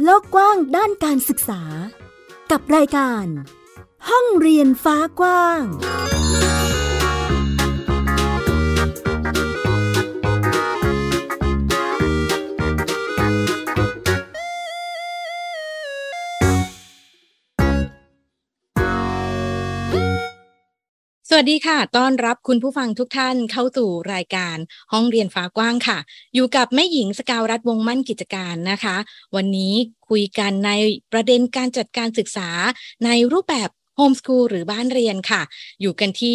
โลกกว้างด้านการศึกษากับรายการห้องเรียนฟ้ากว้างสวัสดีค่ะต้อนรับคุณผู้ฟังทุกท่านเข้าสู่รายการห้องเรียนฟ้ากว้างค่ะอยู่กับแม่หญิงสกาวรัตน์วงศ์มั่นกิจการนะคะวันนี้คุยกันในประเด็นการจัดการศึกษาในรูปแบบโฮมสคูลหรือบ้านเรียนค่ะอยู่กันที่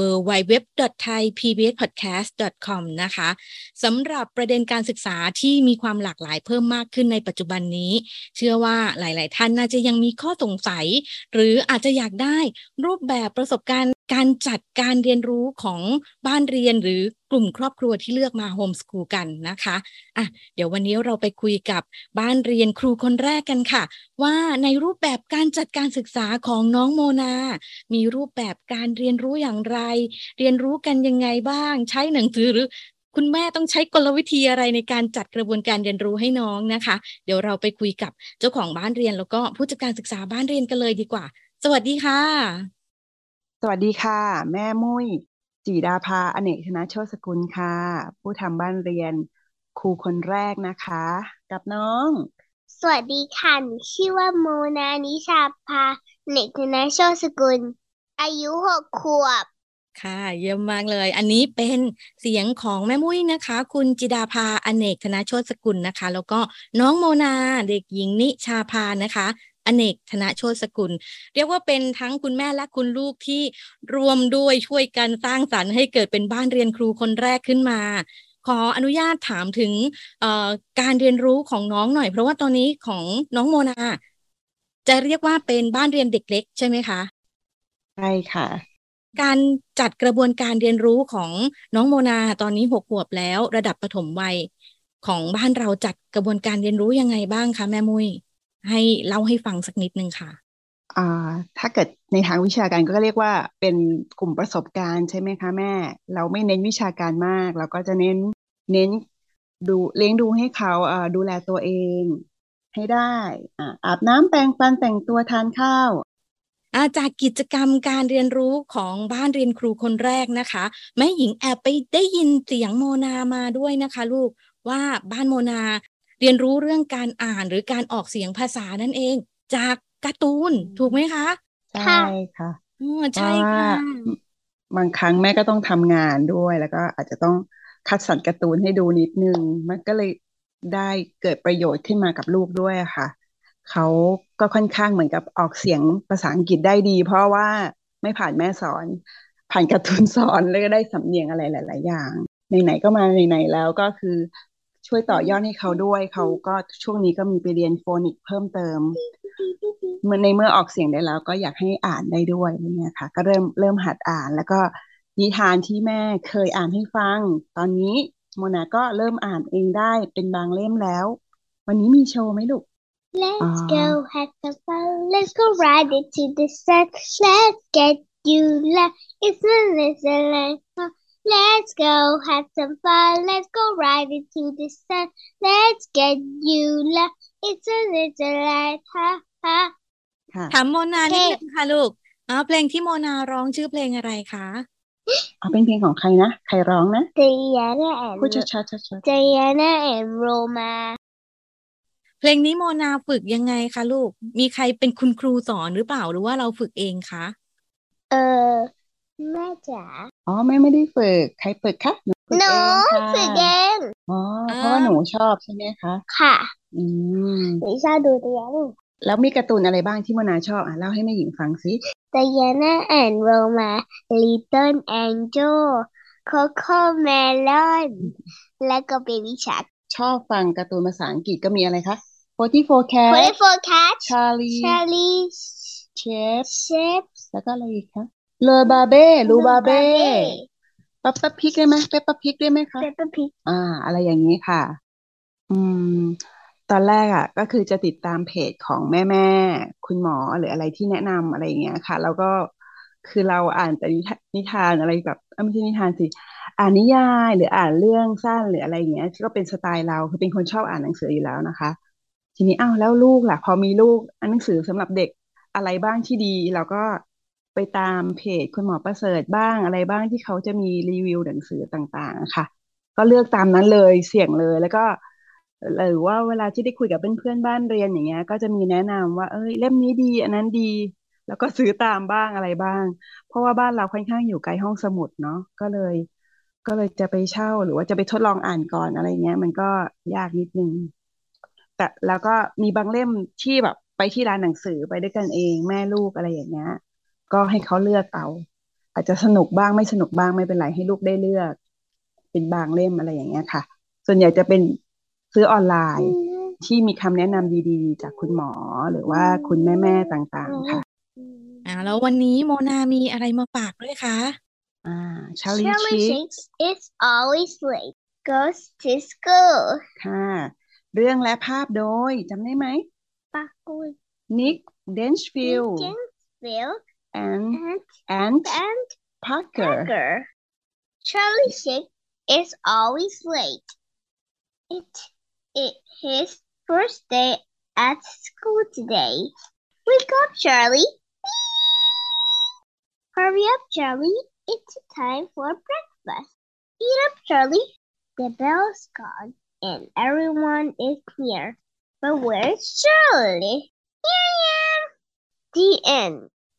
www.thaipbspodcast.com นะคะสำหรับประเด็นการศึกษาที่มีความหลากหลายเพิ่มมากขึ้นในปัจจุบันนี้เชื่อว่าหลายๆท่านน่าจะยังมีข้อสงสัยหรืออาจจะอยากได้รูปแบบประสบการณ์การจัดการเรียนรู้ของบ้านเรียนหรือกลุ่มครอบครัวที่เลือกมาโฮมสคูลกันนะคะเดี๋ยววันนี้เราไปคุยกับบ้านเรียนครูคนแรกกันค่ะว่าในรูปแบบการจัดการศึกษาของน้องโมนามีรูปแบบการเรียนรู้อย่างไรเรียนรู้กันยังไงบ้างใช้หนังสือหรือคุณแม่ต้องใช้กลวิธีอะไรในการจัดกระบวนการเรียนรู้ให้น้องนะคะเดี๋ยวเราไปคุยกับเจ้าของบ้านเรียนแล้วก็ผู้จัดการศึกษาบ้านเรียนกันเลยดีกว่าสวัสดีค่ะสวัสดีค่ะแม่มุ้ยจีดาภาอเนกธนโชติสกุลค่ะผู้ทำบ้านเรียนครูคนแรกนะคะกับน้องสวัสดีค่ะหนูชื่อว่าโมนานิชาภาเนกธนโชติสกุลอายุ6 ขวบค่ะเยี่ยมมากเลยอันนี้เป็นเสียงของแม่มุ้ยนะคะคุณจิดาภาอเนกธนโชติสกุลนะคะแล้วก็น้องโมนาเด็กหญิงนิชาภานะคะอเนกธนโชติสกุลเรียกว่าเป็นทั้งคุณแม่และคุณลูกที่รวมด้วยช่วยกันสร้างสรรค์ให้เกิดเป็นบ้านเรียนครูคนแรกขึ้นมาขออนุญาตถามถึงการเรียนรู้ของน้องหน่อยเพราะว่าตอนนี้ของน้องโมนาจะเรียกว่าเป็นบ้านเรียนเด็กเล็กใช่ไหมคะใช่ค่ะการจัดกระบวนการเรียนรู้ของน้องโมนาตอนนี้6 ขวบแล้วระดับประถมวัยของบ้านเราจัดกระบวนการเรียนรู้ยังไงบ้างคะแม่มุ้ยให้เล่าให้ฟังสักนิดนึงค่ะถ้าเกิดในทางวิชาการก็เรียกว่าเป็นกลุ่มประสบการณ์ใช่ไหมคะแม่เราไม่เน้นวิชาการมากเราก็จะเน้นดูเลี้ยงดูให้เขาดูแลตัวเองให้ได้อาบน้ำแปรงฟันแต่งตัวทานข้าวจากกิจกรรมการเรียนรู้ของบ้านเรียนครูคนแรกนะคะแม่หญิงแอบไปได้ยินเสียงโมนามาด้วยนะคะลูกว่าบ้านโมนาเรียนรู้เรื่องการอ่านหรือการออกเสียงภาษานั่นเองจากการ์ตูนถูกไหมคะใช่ค่ะใช่ค่ะบางครั้งแม่ก็ต้องทำงานด้วยแล้วก็อาจจะต้องคัดสรรการ์ตูนให้ดูนิดนึงมันก็เลยได้เกิดประโยชน์ขึ้นมากับลูกด้วยอะค่ะเขาก็ค่อนข้างเหมือนกับออกเสียงภาษาอังกฤษได้ดีเพราะว่าไม่ผ่านแม่สอนผ่านการ์ตูนสอนแล้วก็ได้สำเนียงอะไรหลายๆอย่างไหนๆก็มาไหนๆแล้วก็คือช่วยต่อยอดให้เขาด้วยเขาก็ช่วงนี้ก็มีไปเรียนโฟนิกเพิ่มเติมเมื่อออกเสียงได้แล้วก็อยากให้อ่านได้ด้วยเนี่ยค่ะก็เริ่มหัดอ่านแล้วก็นิทานที่แม่เคยอ่านให้ฟังตอนนี้โมนาก็เริ่มอ่านเองได้เป็นบางเล่มแล้ววันนี้มีโชว์ไหมลูก Let's go have some fun Let's go ride it to the sun Let's get you love It's a little life Let's go have some fun Let's go ride it to the sun Let's get you love It's a little life ha ha ถามโมนานิดนึงค่ะลูกเพลงที่โมนาร้องชื่อเพลงอะไรคะเป็นเพลงของใครนะใครร้องนะ Diana and พูดชัดๆ Diana and Roma เพลงนี้โมนาฝึกยังไงคะลูกมีใครเป็นคุณครูสอนหรือเปล่าหรือว่าเราฝึกเองคะแม่จ๋าแม่ไม่ได้ฝึกใครฝึกคะหนูฝึกเองเพราะว่าหนูชอบใช่ไหมคะค่ะหนูชอบดูเรียนแล้วมีการ์ตูนอะไรบ้างที่โมนาชอบเล่าให้แม่หญิงฟังสิ Diana and Roma Little Angel Coco Melon แล้วก็ Baby Shark ชอบฟังการ์ตูนภาษาอังกฤษก็มีอะไรคะ44 Cats Charlie Chef แล้วก็อะไรอีกคะลูบาเบ้ป๊ปป้าพิกได้ไหมเปปป้าพิกได้ไหมคะเปปป้าพิกอะไรอย่างนี้ค่ะตอนแรกก็คือจะติดตามเพจของแม่คุณหมอหรืออะไรที่แนะนำอะไรอย่างเงี้ยค่ะแล้วก็คือเราอ่านแต่นิทานอะไรแบบไม่ใช่นิทานสิอ่านนิยายหรืออ่านเรื่องสั้นหรืออะไรอย่างเงี้ยก็เป็นสไตล์เราคือเป็นคนชอบอ่านหนังสืออยู่แล้วนะคะทีนี้อ้าวแล้วลูกล่ะพอมีลูกหนังสือสำหรับเด็กอะไรบ้างที่ดีเราก็ไปตามเพจคุณหมอประเสริฐบ้างอะไรบ้างที่เขาจะมีรีวิวหนังสือต่างๆอะค่ะก็เลือกตามนั้นเลยเสี่ยงเลยแล้วก็หรือว่าเวลาที่ได้คุยกับเพื่อนๆบ้านเรียนอย่างเงี้ยก็จะมีแนะนำว่าเอ้ยเล่มนี้ดีอันนั้นดีแล้วก็ซื้อตามบ้างอะไรบ้างเพราะว่าบ้านเราค่อนข้างอยู่ไกลห้องสมุดเนาะก็เลยจะไปเช่าหรือว่าจะไปทดลองอ่านก่อนอะไรเงี้ยมันก็ยากนิดนึง แต่แล้วก็มีบางเล่มที่แบบไปที่ร้านหนังสือไปด้วยกันเองแม่ลูกอะไรอย่างเงี้ยก็ให้เขาเลือกเอาอาจจะสนุกบ้างไม่สนุกบ้างไม่เป็นไรให้ลูกได้เลือกเป็นบางเล่มอะไรอย่างเงี้ยค่ะส่วนใหญ่จะเป็นซื้อออนไลน์ที่มีคำแนะนำดีๆจากคุณหมอหรือว่าคุณแม่ๆต่างๆค่ะแล้ววันนี้โมนามีอะไรมาฝากด้วยคะ Charlie Charlie Chick Shakes is always late. Goes to school. ค่ะเรื่องและภาพโดยจำได้ไหม Backward. Nick Denchfield Field and and Parker Parker. Charlie Shakes is always late. It his first day at school today. Wake up, Charlie. Hurry up, Charlie. It's time for breakfast. Eat up, Charlie. The bell's gone and everyone is here. But where's Charlie? Yeah. The end.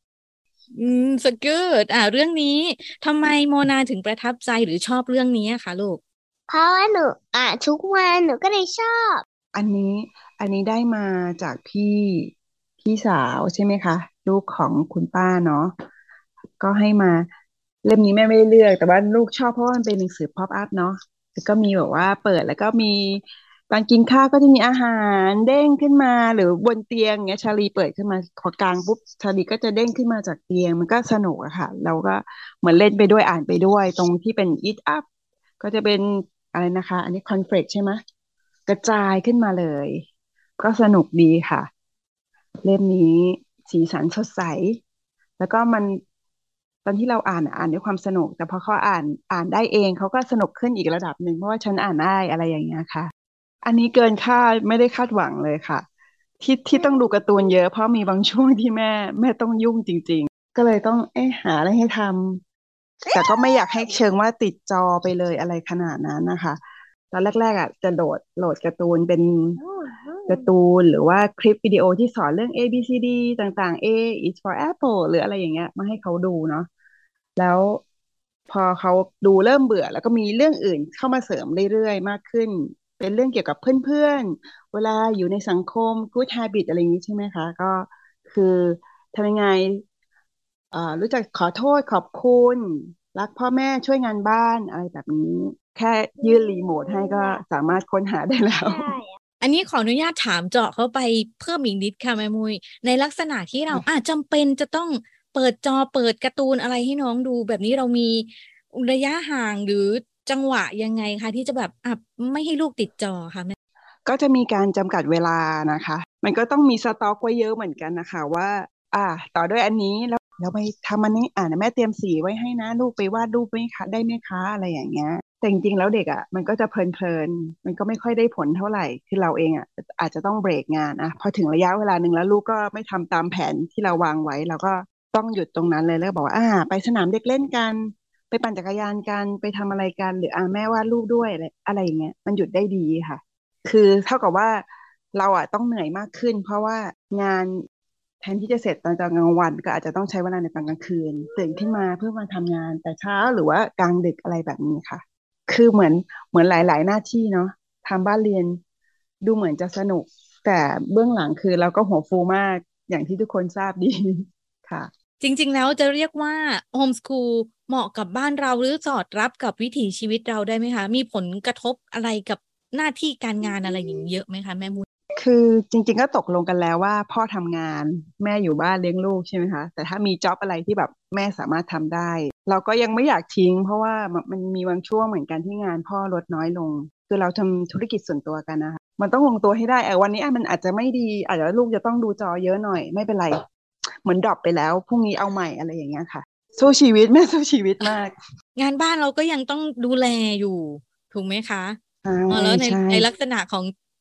so good เรื่องนี้ทำไมโมนาถึงประทับใจหรือชอบเรื่องนี้คะลูกเพราะว่าหนูอ่านทุกวันหนูก็เลยชอบอันนี้ได้มาจากพี่สาวใช่ไหมคะลูกของคุณป้าเนาะก็ให้มาเล่มนี้แม่ไม่ได้เลือกแต่ว่าลูกชอบเพราะว่ามันเป็นหนังสือพ็อปอัพเนาะแล้วก็มีแบบว่าเปิดแล้วก็มีตอนกินข้าวก็จะมีอาหารเด้งขึ้นมาหรือบนเตียงเงี้ยชาลีเปิดขึ้นมาขอกลางปุ๊บชาลีก็จะเด้งขึ้นมาจากเตียงมันก็สนุกอะค่ะเราก็เหมือนเล่นไปด้วยอ่านไปด้วยตรงที่เป็น eat up ก็จะเป็นอะไรนะคะอันนี้คอนเฟลกใช่ไหมกระจายขึ้นมาเลยก็สนุกดีค่ะเล่มนี้สีสันสดใสแล้วก็มันตอนที่เราอ่านด้วยความสนุกแต่พอเขาอ่านได้เองเขาก็สนุกขึ้นอีกระดับหนึ่งเพราะว่าฉันอ่านได้อะไรอย่างเงี้ยค่ะอันนี้เกินคาดไม่ได้คาดหวังเลยค่ะที่ต้องดูการ์ตูนเยอะเพราะมีบางช่วงที่แม่ต้องยุ่งจริงๆก็เลยต้องหาอะไรให้ทำแต่ก็ไม่อยากให้เชิงว่าติดจอไปเลยอะไรขนาดนั้นนะคะตอนแรกๆจะโหลดการ์ตูนเป็นการ์ตูนหรือว่าคลิปวิดีโอที่สอนเรื่อง A B C D ต่างๆ A is for apple หรืออะไรอย่างเงี้ยมาให้เขาดูเนาะแล้วพอเขาดูเริ่มเบื่อแล้วก็มีเรื่องอื่นเข้ามาเสริมเรื่อยๆมากขึ้นเป็นเรื่องเกี่ยวกับเพื่อนๆเวลาอยู่ในสังคม good habit อะไรอย่างนี้ใช่ไหมคะก็คือทำยังไงรู้จักขอโทษขอบคุณรักพ่อแม่ช่วยงานบ้านอะไรแบบนี้แค่ยื่นรีโมทให้ก็สามารถค้นหาได้แล้วอันนี้ขออนุญาตถามเจาะเข้าไปเพิ่มอีกนิดค่ะแม่มุยในลักษณะที่เราจำเป็นจะต้องเปิดจอเปิดการ์ตูนอะไรให้น้องดูแบบนี้เรามีระยะห่างหรือจังหวะยังไงคะที่จะแบบไม่ให้ลูกติดจอค่ะแม่ก็จะมีการจำกัดเวลานะคะมันก็ต้องมีสต็อกไว้เยอะเหมือนกันนะคะว่าต่อด้วยอันนี้แล้วไปทำอันนี้แม่เตรียมสีไว้ให้นะลูกไปวาดรูปไหมคะได้ไหมคะอะไรอย่างเงี้ยแต่จริงๆแล้วเด็กมันก็จะเพลินมันก็ไม่ค่อยได้ผลเท่าไหร่คือเราเองอาจจะต้องเบรกงานพอถึงระยะเวลาหนึ่งแล้วลูกก็ไม่ทำตามแผนที่เราวางไว้เราก็ต้องหยุดตรงนั้นเลยแล้วบอกว่าไปสนามเด็กเล่นกันไปปั่นจักรยานกันไปทำอะไรกันหรือแม่วาดรูปด้วยอะไรอย่างเงี้ยมันหยุดได้ดีค่ะคือเท่ากับว่าเราต้องเหนื่อยมากขึ้นเพราะว่างานแทนที่จะเสร็จตอนกลางวันก็อาจจะต้องใช้เวลาในตอนกลางคืนตื่นขึ้นมาเพื่อมาทำงานแต่เช้าหรือว่ากลางดึกอะไรแบบนี้ค่ะคือเหมือนหลายๆหน้าที่เนาะทำบ้านเรียนดูเหมือนจะสนุกแต่เบื้องหลังคือเราก็หัวฟูมากอย่างที่ทุกคนทราบดีค่ะจริงๆแล้วจะเรียกว่าโฮมสคูลเหมาะกับบ้านเราหรือสอดรับกับวิถีชีวิตเราได้ไหมคะมีผลกระทบอะไรกับหน้าที่การงานอะไรอย่างเยอะไหมคะแม่มุยคือจริงๆก็ตกลงกันแล้วว่าพ่อทำงานแม่อยู่บ้านเลี้ยงลูกใช่ไหมคะแต่ถ้ามีจ็อบอะไรที่แบบแม่สามารถทำได้เราก็ยังไม่อยากทิ้งเพราะว่ามันมีบางช่วงเหมือนกันที่งานพ่อลดน้อยลงคือเราทำธุรกิจส่วนตัวกันนะคะมันต้องลงตัวให้ได้วันนี้มันอาจจะไม่ดีอาจจะลูกจะต้องดูจอเยอะหน่อยไม่เป็นไรเหมือนดรอปไปแล้วพรุ่งนี้เอาใหม่อะไรอย่างเงี้ยค่ะสู้ชีวิตแม่สู้ชีวิตมากงานบ้านเราก็ยังต้องดูแลอยู่ถูกไหมคะแล้วในลักษณะของ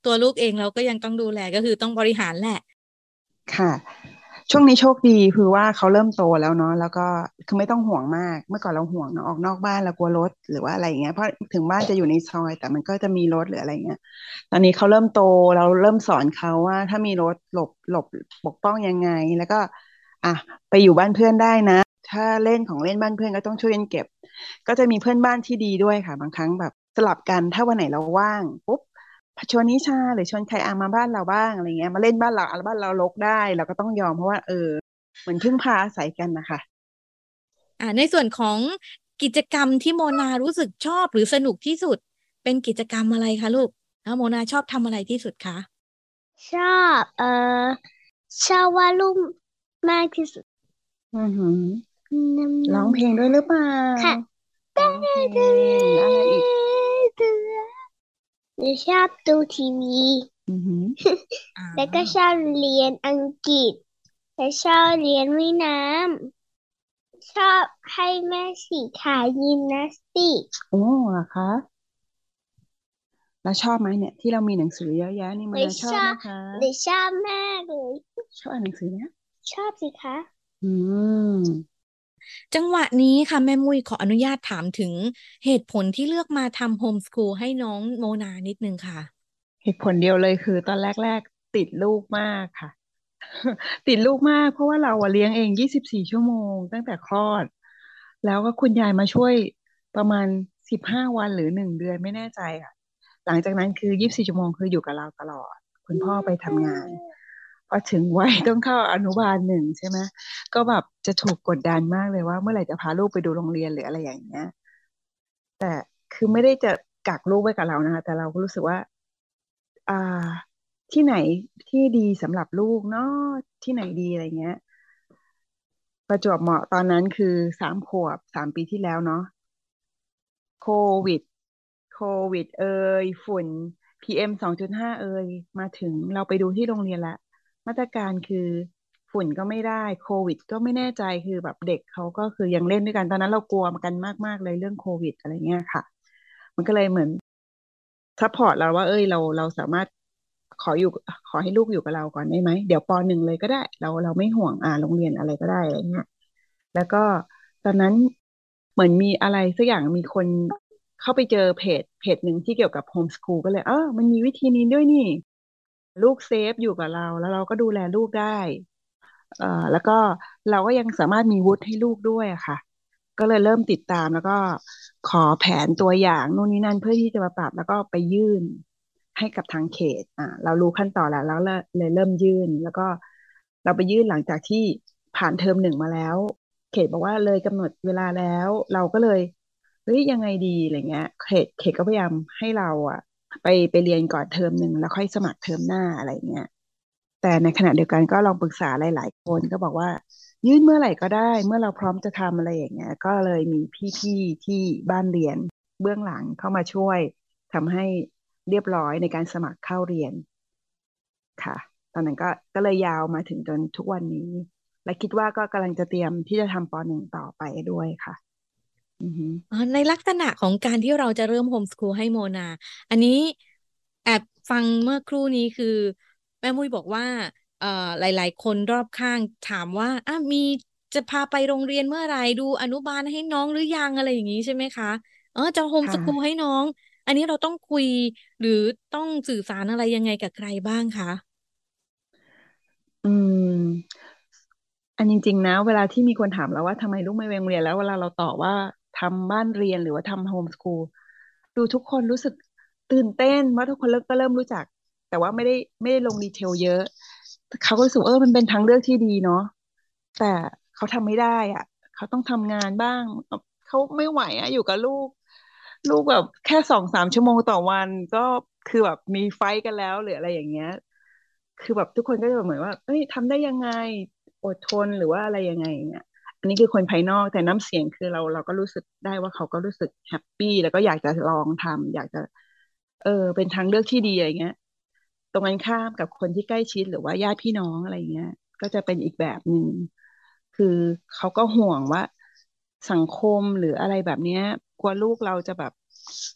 ตัวลูกเองเราก็ยังต้องดูแลก็คือต้องบริหารแหละค่ะช่วงนี้โชคดีคือว่าเขาเริ่มโตแล้วเนาะแล้วก็คือไม่ต้องห่วงมากเมื่อก่อนเราห่วงเนาะออกนอกบ้านเรากลัวรถหรือว่าอะไรอย่างเงี้ยเพราะถึงบ้านจะอยู่ในซอยแต่มันก็จะมีรถหรืออะไรเงี้ยตอนนี้เขาเริ่มโตเราเริ่มสอนเขาว่าถ้ามีรถหลบปกป้องยังไงแล้วก็อ่ะไปอยู่บ้านเพื่อนได้นะถ้าเล่นของเล่นบ้านเพื่อนก็ต้องช่วยกันเก็บก็จะมีเพื่อนบ้านที่ดีด้วยค่ะบางครั้งแบบสลับกันถ้าวันไหนเราว่างปุ๊บ ชวนนิชาหรือชวนใครมาบ้านเราบ้างอะไรเงี้ยมาเล่นบ้านเราบ้านเรารกได้เราก็ต้องยอมเพราะว่าเหมือนพึ่งพาอาศัยกันนะคะในส่วนของกิจกรรมที่โมนารู้สึกชอบหรือสนุกที่สุดเป็นกิจกรรมอะไรคะลูกแล้วโมนาชอบทำอะไรที่สุดคะชอบชอบวาดรูปมากที่สุดอือหือร้องเพลงด้วยหรือเปล่าค่ะร้องเพลงอะไรอีกหนูชอบดูทีวีอือหือแล้วก็ชอบเรียนอังกฤษและชอบเรียนว่ายน้ำชอบให้แม่สีขายิมนาสติกโอ้เหรอคะแล้วชอบไหมเนี่ยที่เรามีหนังสือเยอะแยะนี่มันชอบไหมคะหรือชอบมากเลยชอบอ่านหนังสือไหมชอบสิคะอืมจังหวะนี้ค่ะแม่มุ้ยขออนุญาตถามถึงเหตุผลที่เลือกมาทำโฮมสคูลให้น้องโมนานิดนึงค่ะเหตุผลเดียวเลยคือตอนแรกๆติดลูกมากค่ะ ติดลูกมากเพราะว่าเราอะเลี้ยงเอง24 ชั่วโมงตั้งแต่คลอดแล้วก็คุณยายมาช่วยประมาณ15 วันหรือ1 เดือนไม่แน่ใจค่ะหลังจากนั้นคือ24 ชั่วโมงคืออยู่กับเราตลอดคุณพ่อไปทำงานพอถึงวัยต้องเข้าอนุบาล1ใช่ไหมก็แบบจะถูกกดดันมากเลยว่าเมื่อไหร่จะพาลูกไปดูโรงเรียนหรืออะไรอย่างเงี้ยแต่คือไม่ได้จะกักลูกไว้กับเรานะคะแต่เราก็รู้สึกว่าอ่าที่ไหนที่ดีสำหรับลูกเนาะที่ไหนดีอะไรเงี้ย ประจวบเหมาะตอนนั้นคือ3 ขวบ3 ปีที่แล้วเนาะโควิดโควิดฝุ่น PM 2.5มาถึงเราไปดูที่โรงเรียนละมาตรการคือฝุ่นก็ไม่ได้โควิดก็ไม่แน่ใจคือแบบเด็กเขาก็คือยังเล่นด้วยกันตอนนั้นเรากลัวกันมากๆเลยเรื่องโควิดอะไรเงี้ยค่ะมันก็เลยเหมือนซัพพอร์ตเราว่าเราสามารถขออยู่ขอให้ลูกอยู่กับเราก่อนได้ไหมเดี๋ยวป 1เลยก็ได้เราไม่ห่วงโรงเรียนอะไรก็ได้อะไรเงี้ย แล้วก็ตอนนั้นเหมือนมีอะไรสักอย่างมีคนเข้าไปเจอเพจหนึ่งที่เกี่ยวกับโฮมสคูลก็เลยมันมีวิธีนี้ด้วยนี่ลูกเซฟอยู่กับเราแล้วเราก็ดูแลลูกได้แล้วก็เราก็ยังสามารถมีวุฒิให้ลูกด้วยอะค่ะก็เลยเริ่มติดตามแล้วก็ขอแผนตัวอย่างโน่นนี่นั่นเพื่อที่จะมาปรับแล้วก็ไปยื่นให้กับทางเขตเรารู้ขั้นตอนแล้วเลยเริ่มยื่นแล้วก็เราไปยื่นหลังจากที่ผ่านเทอม 1มาแล้ว เขตบอกว่าเลยกำหนดเวลาแล้วเราก็เลยเฮ้ยยังไงดีอะไรเงี้ยเขตก็พยายามให้เราไปเรียนก่อนเทอม 1แล้วค่อยสมัครเทอมหน้าอะไรเงี้ยแต่ในขณะเดียวกันก็ลองปรึกษาหลายๆคนก็บอกว่ายื่นเมื่อไหร่ก็ได้เมื่อเราพร้อมจะทำอะไรอย่างเงี้ยก็เลยมีพี่ๆที่บ้านเรียนเบื้องหลังเข้ามาช่วยทำให้เรียบร้อยในการสมัครเข้าเรียนค่ะตอนนั้นก็เลยยาวมาถึงจนทุกวันนี้ และคิดว่าก็กำลังจะเตรียมที่จะทำป 1ต่อไปด้วยค่ะอือฮึในลักษณะของการที่เราจะเริ่มโฮมสคูลให้โมนาอันนี้แอบฟังเมื่อครู่นี้คือแม่มุ้ยบอกว่าหลายๆคนรอบข้างถามว่ามีจะพาไปโรงเรียนเมื่อไหร่ดูอนุบาลให้น้องหรือยังอะไรอย่างนี้ใช่ไหมคะจะโฮมสคูลค่ะให้น้องอันนี้เราต้องคุยหรือต้องสื่อสารอะไรยังไงกับใครบ้างคะอืมอันจริงๆนะเวลาที่มีคนถามเราว่าทำไมลูกไม่ไปโรงเรียนแล้วเวลาเราตอบว่าทำบ้านเรียนหรือว่าทำโฮมสคูลดูทุกคนรู้สึกตื่นเต้นว่าทุกคนเริ่มรู้จักแต่ว่าไม่ได้ลงดีเทลเยอะเขาก็รู้สึกมันเป็นทางเลือกที่ดีเนาะแต่เขาทำไม่ได้อ่ะเขาต้องทำงานบ้างเขาไม่ไหวอ่ะอยู่กับลูกแบบแค่2-3 ชั่วโมงต่อวันก็คือแบบมีไฟท์กันแล้วหรืออะไรอย่างเงี้ยคือแบบทุกคนก็จะแบบเหมือนว่าเอ้ยทำได้ยังไง อดทนหรือว่าอะไรยังไงเนี่ยอันนี้คือคนภายนอกแต่น้ำเสียงคือเราก็รู้สึกได้ว่าเขาก็รู้สึกแฮปปี้แล้วก็อยากจะลองทำอยากจะเป็นทางเลือกที่ดีอะไรเงี้ยตรงกันข้ามกับคนที่ใกล้ชิดหรือว่าญาติพี่น้องอะไรเงี้ยก็จะเป็นอีกแบบหนึ่งคือเขาก็ห่วงว่าสังคมหรืออะไรแบบเนี้ยกลัวลูกเราจะแบบ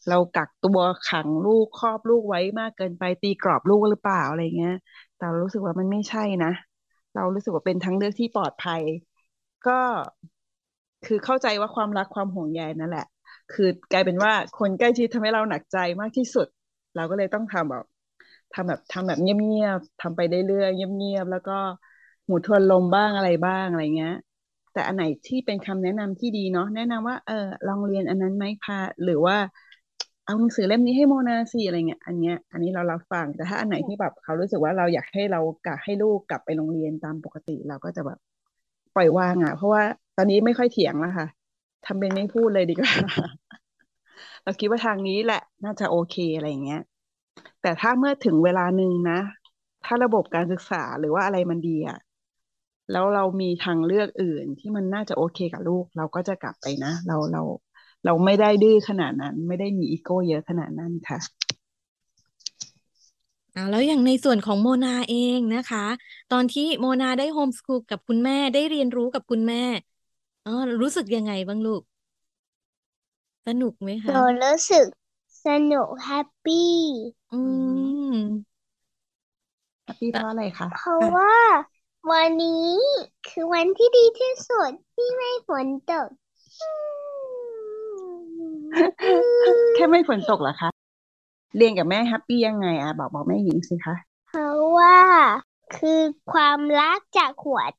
เรากักตัวขังลูกครอบลูกไว้มากเกินไปตีกรอบลูกหรือเปล่าอะไรเงี้ยแต่เรารู้สึกว่ามันไม่ใช่นะเรารู้สึกว่าเป็นทางเลือกที่ปลอดภัยก็คือเข้าใจว่าความรักความห่วงใยนั่นแหละคือกลายเป็นว่าคนใกล้ชิดทำให้เราหนักใจมากที่สุดเราก็เลยต้องทำแบบเงียบๆทำไปเรื่อยๆเงียบๆแล้วก็หูทวนลมบ้างอะไรบ้างอะไรเงี้ยแต่อันไหนที่เป็นคำแนะนำที่ดีเนาะแนะนำว่าลองเรียนอันนั้นไหมพาหรือว่าเอาหนังสือเล่มนี้ให้โมนาสิอะไรเงี้ยอันนี้เรารับฟังแต่ถ้าอันไหนที่แบบเขารู้สึกว่าเราอยากให้เรากะให้ลูกกลับไปโรงเรียนตามปกติเราก็จะแบบปล่อยวางอ่ะเพราะว่าตอนนี้ไม่ค่อยเถียงแล้วค่ะทำเป็นไม่พูดเลยดีกว่าเราคิดว่าทางนี้แหละน่าจะโอเคอะไรอย่างเงี้ย แต่ถ้าเมื่อถึงเวลาหนึ่งนะ ถ้าระบบการศึกษาหรือว่าอะไรมันดีอะแล้วเรามีทางเลือกอื่นที่มันน่าจะโอเคกับลูกเราก็จะกลับไปนะเราไม่ได้ดื้อขนาดนั้นไม่ได้มีอีโก้เยอะขนาดนั้นค่ะแล้วอย่างในส่วนของโมนาเองนะคะตอนที่โมนาได้โฮมสคูลกับคุณแม่ได้เรียนรู้กับคุณแม่เออรู้สึกยังไงบ้างลูกสนุกไหมหนูคะรู้สึกสนุกแฮปปี้อือืมมแฮปปี้เพแต่ราะอะไรคะเพราะค่ะว่าวันนี้คือวันที่ดีที่สุดที่ไม่ฝนตกแค่ไม่ฝนตกเหรอคะเรียนกับแม่แฮปปี้ยังไงอะบอกแม่หญิงสิคะเพราะว่าคือความรักจาก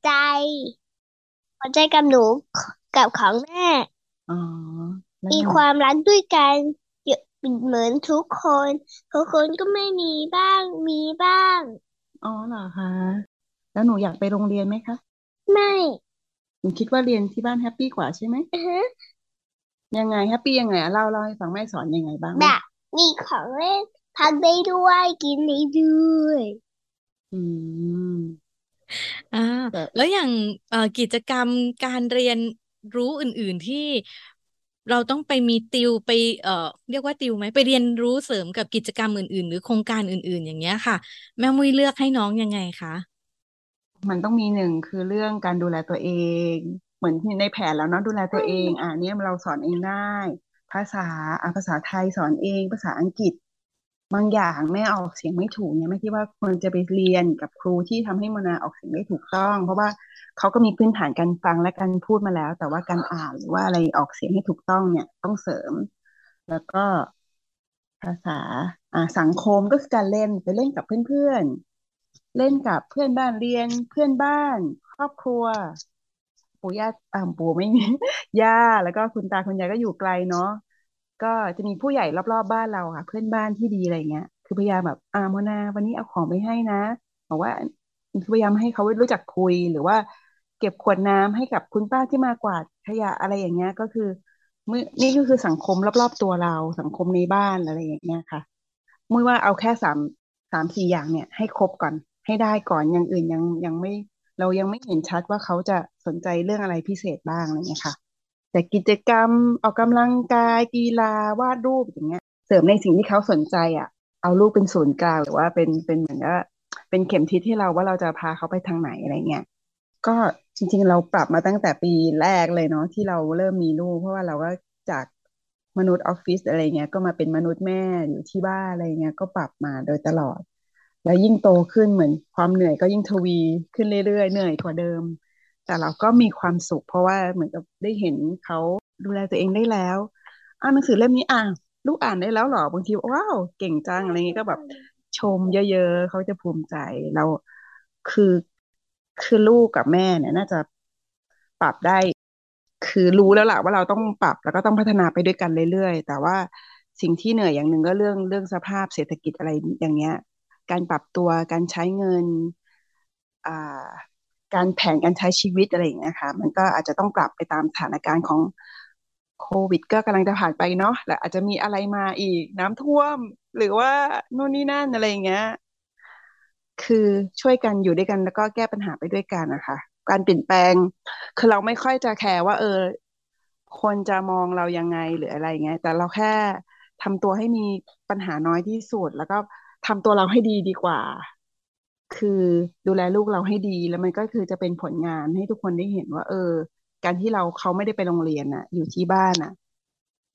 หัวใจกับหนูกับของแม่อ๋อแล้วมียังไงความรักด้วยกันเยอะเหมือนทุกคนก็ไม่มีบ้างมีบ้างอ๋อเหรอคะแล้วหนูอยากไปโรงเรียนไหมคะไม่หนูคิดว่าเรียนที่บ้านแฮปปี้กว่าใช่ไหมอือฮะยังไงแฮปปี้ยังไงอะเล่าให้ฟังแม่สอนยังไงบ้างแม่แบบมีของเล่นพักได้ด้วยกินได้ด้วยอืมอ่าแต่แล้วอย่างกิจกรรมการเรียนรู้อื่นๆที่เราต้องไปมีติวไปเรียกว่าติวไหมไปเรียนรู้เสริมกับกิจกรรมอื่นๆหรือโครงการอื่นๆอย่างเงี้ยค่ะแม่มุ้ยเลือกให้น้องยังไงคะมันต้องมีหนึ่งคือเรื่องการดูแลตัวเองเหมือนที่ในแผนแล้วเนาะดูแลตัวเองเนี่ยเราสอนเองได้ภาษาภาษาไทยสอนเองภาษาอังกฤษบางอย่างแม่ออกเสียงไม่ถูกเนี่ยไม่คิดว่าควรจะไปเรียนกับครูที่ทำให้โมนาออกเสียงได้ถูกต้องเพราะว่าเขาก็มีพื้นฐานการฟังและการพูดมาแล้วแต่ว่าการอ่านหรือว่าอะไรออกเสียงให้ถูกต้องเนี่ยต้องเสริม แล้วก็ภาษาสังคมก็คือการเล่นไปเล่นกับเพื่อนๆเล่นกับเพื่อนบ้านเรียนเพื่อนบ้านครอบครัวปู่ย่าปู่ไม่มีย่าแล้วก็คุณตาคุณยายก็อยู่ไกลเนาะก็จะมีผู้ใหญ่รอบๆบ้านเราค่ะเพื่อนบ้านที่ดีอะไรเงี้ยคือพยายามแบบโมนาวันนี้เอาของไปให้นะบอกว่าคือพยายามให้เขารู้จักคุยหรือว่าเก็บขวดน้ำให้กับคุณป้าที่มากวาดขยะอะไรอย่างเงี้ยก็คือ นี่ก็คือสังคมรอบๆตัวเราสังคมในบ้านอะไรอย่างเงี้ยค่ะมุ้ยว่าเอาแค่3-4อย่างเนี่ยให้ครบก่อนให้ได้ก่อนอย่างอื่นยังไม่เรายังไม่เห็นชัดว่าเขาจะสนใจเรื่องอะไรพิเศษบ้างอะไรเงี้ยค่ะแต่กิจกรรมออกกำลังกายกีฬาวาดรูปอย่างเงี้ยเสริมในสิ่งที่เขาสนใจเอาลูกเป็นศูนย์กลางหรือว่าเป็นเหมือนกับเป็นเข็มทิศให้เราว่าเราจะพาเขาไปทางไหนอะไรเงี้ย ก็จริงๆเราปรับมาตั้งแต่ปีแรกเลยเนาะที่เราเริ่มมีลูกเพราะว่าเราก็จากมนุษย์ออฟฟิศอะไรเงี้ยก็มาเป็นมนุษย์แม่อยู่ที่บ้านอะไรเงี้ยก็ปรับมาโดยตลอดแล้วยิ่งโตขึ้นเหมือนความเหนื่อยก็ยิ่งทวีขึ้นเรื่อยๆเหนื่อยกว่าเดิมแต่เราก็มีความสุขเพราะว่าเหมือนกับได้เห็นเขาดูแลตัวเองได้แล้วหนังสือเล่มนี้ลูกอ่านได้แล้วเหรอบางทีว้าวเก่งจังอะไรเงี้ยก็แบบชมเยอะๆเขาจะภูมิใจเราคือคือลูกกับแม่เนี่ยน่าจะปรับได้คือรู้แล้วล่ะว่าเราต้องปรับแล้วก็ต้องพัฒนาไปด้วยกันเรื่อยๆแต่ว่าสิ่งที่เหนื่อยอย่างหนึ่งก็เรื่องสภาพเศรษฐกิจอะไรอย่างเงี้ยการปรับตัวการใช้เงินอ่าการแผนการใช้ชีวิตอะไรอย่างเงี้ยค่ะมันก็อาจจะต้องปรับไปตามสถานการณ์ของโควิดก็กำลังจะผ่านไปเนาะและอาจจะมีอะไรมาอีกน้ำท่วมหรือว่าโน่นนี่นั่นอะไรอย่างเงี้ย คือช่วยกันอยู่ด้วยกันแล้วก็แก้ปัญหาไปด้วยกันนะคะการเปลี่ยนแปลงคือเราไม่ค่อยจะแคร์ว่าคนจะมองเรายังไงหรืออะไรเงี้ยแต่เราแค่ทำตัวให้มีปัญหาน้อยที่สุดแล้วก็ทำตัวเราให้ดีดีกว่าคือดูแลลูกเราให้ดีแล้วมันก็คือจะเป็นผลงานให้ทุกคนได้เห็นว่าการที่เขาไม่ได้ไปโรงเรียนอยู่ที่บ้าน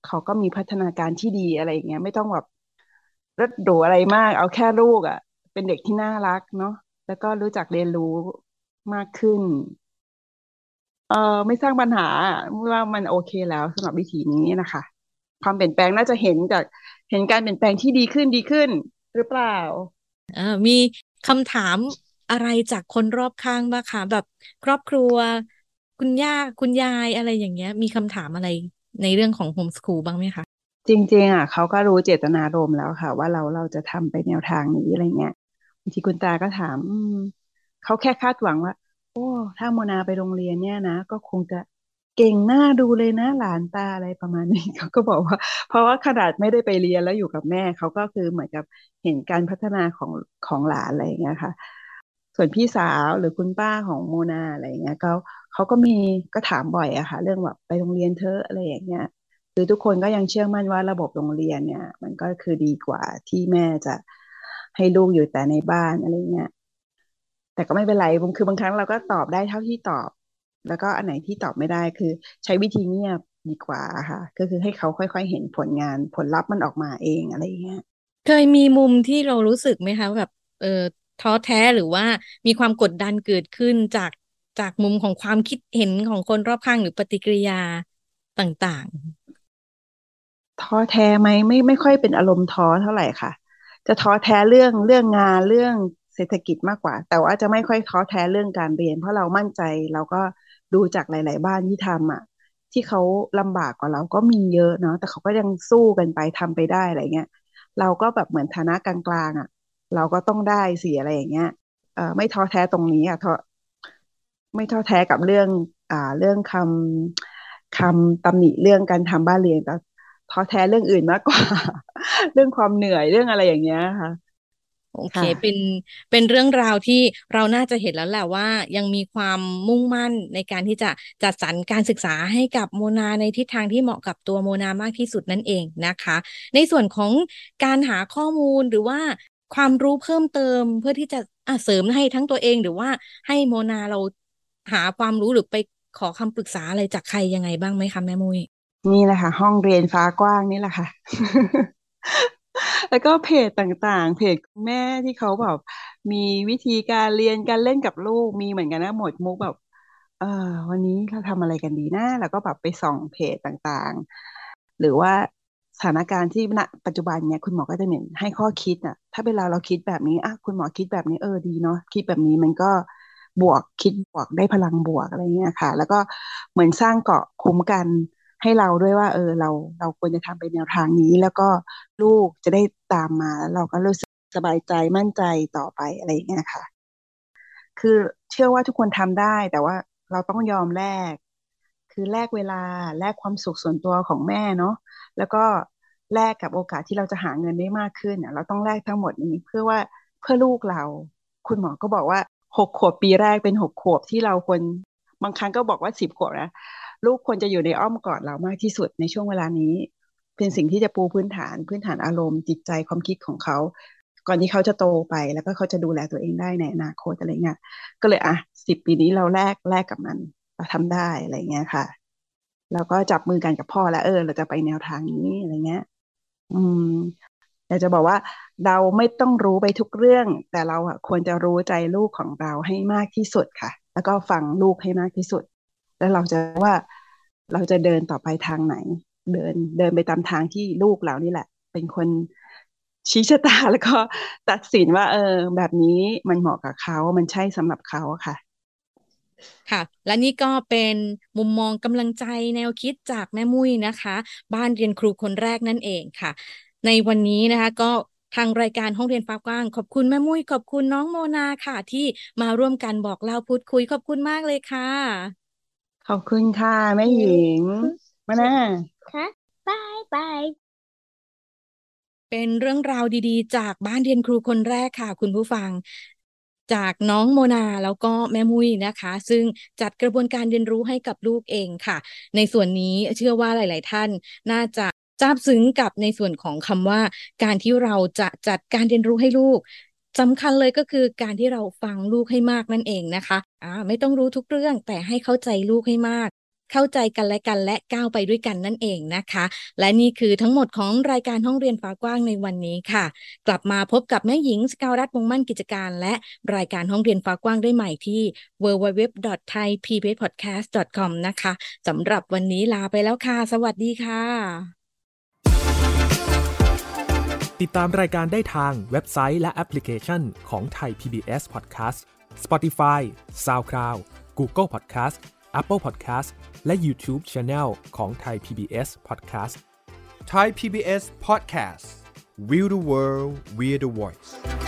เขาก็มีพัฒนาการที่ดีอะไรอย่างเงี้ยไม่ต้องแบบรดหรูอะไรมากเอาแค่ลูกอ่ะเป็นเด็กที่น่ารักเนาะแล้วก็รู้จักเรียนรู้มากขึ้นเออไม่สร้างปัญหาว่ามันโอเคแล้วสำหรับวิธีนี้นะคะความเปลี่ยนแปลงน่าจะเห็นการเปลี่ยนแปลงที่ดีขึ้นหรือเปล่ามีคำถามอะไรจากคนรอบข้างบ้างคะแบบครอบครัวคุณย่าคุณยายอะไรอย่างเงี้ยมีคำถามอะไรในเรื่องของโฮมสคูลบ้างไหมคะจริงๆอ่ะเขาก็รู้เจตนารมณ์แล้วค่ะว่าเราจะทำไปแนวทางนี้อะไรเงี้ยบางทีคุณตาก็ถามเขาแค่คาดหวังว่าโอ้ถ้าโมนาไปโรงเรียนเนี่ยนะก็คงจะเก่งหน้าดูเลยนะหลานตาอะไรประมาณนี้เขาก็บอกว่าเพราะว่าขนาดไม่ได้ไปเรียนแล้วอยู่กับแม่เขาก็คือเหมือนกับเห็นการพัฒนาของหลานอะไรอย่างเงี้ยค่ะส่วนพี่สาวหรือคุณป้าของโมนาอะไรอย่างเงี้ยเขาก็ถามบ่อยอะค่ะเรื่องแบบไปโรงเรียนเธอะอะไรอย่างเงี้ย คือทุกคนก็ยังเชื่อมั่นว่าระบบโรงเรียนเนี่ยมันก็คือดีกว่าที่แม่จะให้ลูกอยู่แต่ในบ้านอะไรเงี้ยแต่ก็ไม่เป็นไรคือบางครั้งเราก็ตอบได้เท่าที่ตอบแล้วก็อันไหนที่ตอบไม่ได้คือใช้วิธีเงียบดีกว่าค่ะก็คือให้เขาค่อยๆเห็นผลงานผลลัพธ์มันออกมาเองอะไรเงี้ยเคยมีมุมที่เรารู้สึกไหมคะแบบท้อแท้หรือว่ามีความกดดันเกิดขึ้นจากมุมของความคิดเห็นของคนรอบข้างหรือปฏิกิริยาต่างท้อแท้ไหมไม่ค่อยเป็นอารมณ์ท้อเท่าไหร่ค่ะจะท้อแท้เรื่องงานเรื่องเศรษฐกิจมากกว่าแต่ว่าจะไม่ค่อยท้อแท้เรื่องการเรียนเพราะเรามั่นใจเราก็ดูจากหลายๆบ้านที่ทำอ่ะที่เขาลำบากกว่าเราก็มีเยอะเนาะแต่เขาก็ยังสู้กันไปทำไปได้อะไรเงี้ยเราก็แบบเหมือนฐานะกลางๆอ่ะเราก็ต้องได้สิอะไรอย่างเงี้ยไม่ท้อแท้ตรงนี้อ่ะไม่ท้อแท้กับเรื่องคำตำหนิเรื่องการทำบ้านเรียนแต่ท้อแท้เรื่องอื่นมากกว่าเรื่องความเหนื่อยเรื่องอะไรอย่างเงี้ยค่ะๆโอเคค่ะเป็นเรื่องราวที่เราน่าจะเห็นแล้วแหละว่ายังมีความมุ่งมั่นในการที่จะจัดสรรการศึกษาให้กับโมนาในทิศทางที่เหมาะกับตัวโมนามากที่สุดนั่นเองนะคะในส่วนของการหาข้อมูลหรือว่าความรู้เพิ่มเติมเพื่อที่จะเสริมให้ทั้งตัวเองหรือว่าให้โมนาเราหาความรู้หรือไปขอคำปรึกษาอะไรจากใครยังไงบ้างไหมคะแม่มุ้ยนี่แหละค่ะห้องเรียนฟ้ากว้างนี่แหละค่ะแล้วก็เพจต่างๆเพจคุณแม่ที่เขาแบบมีวิธีการเรียนการเล่นกับลูกมีเหมือนกันนะหมวดมุกแบบเออวันนี้เราทำอะไรกันดีนะแล้วก็แบบไปส่องเพจต่างๆหรือว่าสถานการณ์ที่ณปัจจุบันเนี่ยคุณหมอก็จะเน้นให้ข้อคิดอ่ะถ้าเวลาเราคิดแบบนี้อ่ะคุณหมอคิดแบบนี้ดีเนาะคิดแบบนี้มันก็บวกคิดบวกได้พลังบวกอะไรเงี้ยค่ะแล้วก็เหมือนสร้างเกราะคุ้มกันให้เราด้วยว่าเราควรจะทำไปแนวทางนี้แล้วก็ลูกจะได้ตามมาแล้วเราก็รู้สึกสบายใจมั่นใจต่อไปอะไรอย่างเงี้ยค่ะ คือเชื่อว่าทุกคนทำได้แต่ว่าเราต้องยอมแลกคือแลกเวลาแลกความสุขส่วนตัวของแม่เนาะแล้วก็แลกกับโอกาสที่เราจะหาเงินได้มากขึ้นอ่ะเราต้องแลกทั้งหมดนี้เพื่อลูกเราคุณหมอก็บอกว่า6 ขวบปีแรกเป็น6 ขวบที่เราควรบางครั้งก็บอกว่า10 ขวบนะลูกควรจะอยู่ในอ้อมกอดเรามากที่สุดในช่วงเวลานี้เป็นสิ่งที่จะปูพื้นฐานอารมณ์จิตใจความคิดของเขาก่อนที่เขาจะโตไปแล้วก็เขาจะดูแลตัวเองได้ในอนาคตอะไรเงี้ย ก็เลย10 ปีนี้เราแลกกับมันเราทำได้อะไรเงี้ยค่ะแล้วก็จับมือกันกับพ่อแล้วเราจะไปแนวทางนี้อะไรเงี้ยอืมอยากจะบอกว่าเราไม่ต้องรู้ไปทุกเรื่องแต่เราอะควรจะรู้ใจลูกของเราให้มากที่สุดค่ะแล้วก็ฟังลูกให้มากที่สุดแล้วเราจะว่าเราจะเดินต่อไปทางไหนเดินไปตามทางที่ลูกเรานี่แหละเป็นคนชี้ชะตาแล้วก็ตัดสินว่าแบบนี้มันเหมาะกับเขามันใช่สำหรับเขาอะค่ะค่ะและนี่ก็เป็นมุมมองกำลังใจแนวคิดจากแม่มุ้ยนะคะบ้านเรียนครูคนแรกนั่นเองค่ะในวันนี้นะคะก็ทางรายการห้องเรียนฟ้ากว้างขอบคุณแม่มุ้ยขอบคุณน้องโมนาค่ะที่มาร่วมกันบอกเล่าพูดคุยขอบคุณมากเลยค่ะขอบคุณค่ะแม่หญิงมานะค่ะบายบายเป็นเรื่องราวดีๆจากบ้านเรียนครูคนแรกค่ะคุณผู้ฟังจากน้องโมนาแล้วก็แม่มุ้ยนะคะซึ่งจัดกระบวนการเรียนรู้ให้กับลูกเองค่ะในส่วนนี้เชื่อว่าหลายๆท่านน่าจะซาบซึ้งกับในส่วนของคำว่าการที่เราจะจัดการเรียนรู้ให้ลูกสำคัญเลยก็คือการที่เราฟังลูกให้มากนั่นเองนะคะไม่ต้องรู้ทุกเรื่องแต่ให้เข้าใจลูกให้มากเข้าใจกันและกันและก้าวไปด้วยกันนั่นเองนะคะและนี่คือทั้งหมดของรายการห้องเรียนฟ้ากว้างในวันนี้ค่ะกลับมาพบกับแม่หญิงสกาวรัตน์วงศ์มั่นกิจการและรายการห้องเรียนฟ้ากว้างได้ใหม่ที่ www.thaipbspodcast.com นะคะสำหรับวันนี้ลาไปแล้วค่ะสวัสดีค่ะติดตามรายการได้ทางเว็บไซต์และแอปพลิเคชันของ Thai PBS Podcast Spotify SoundCloud Google Podcast Apple Podcast และ YouTube Channel ของ Thai PBS Podcast Thai PBS Podcast We the World We the Voice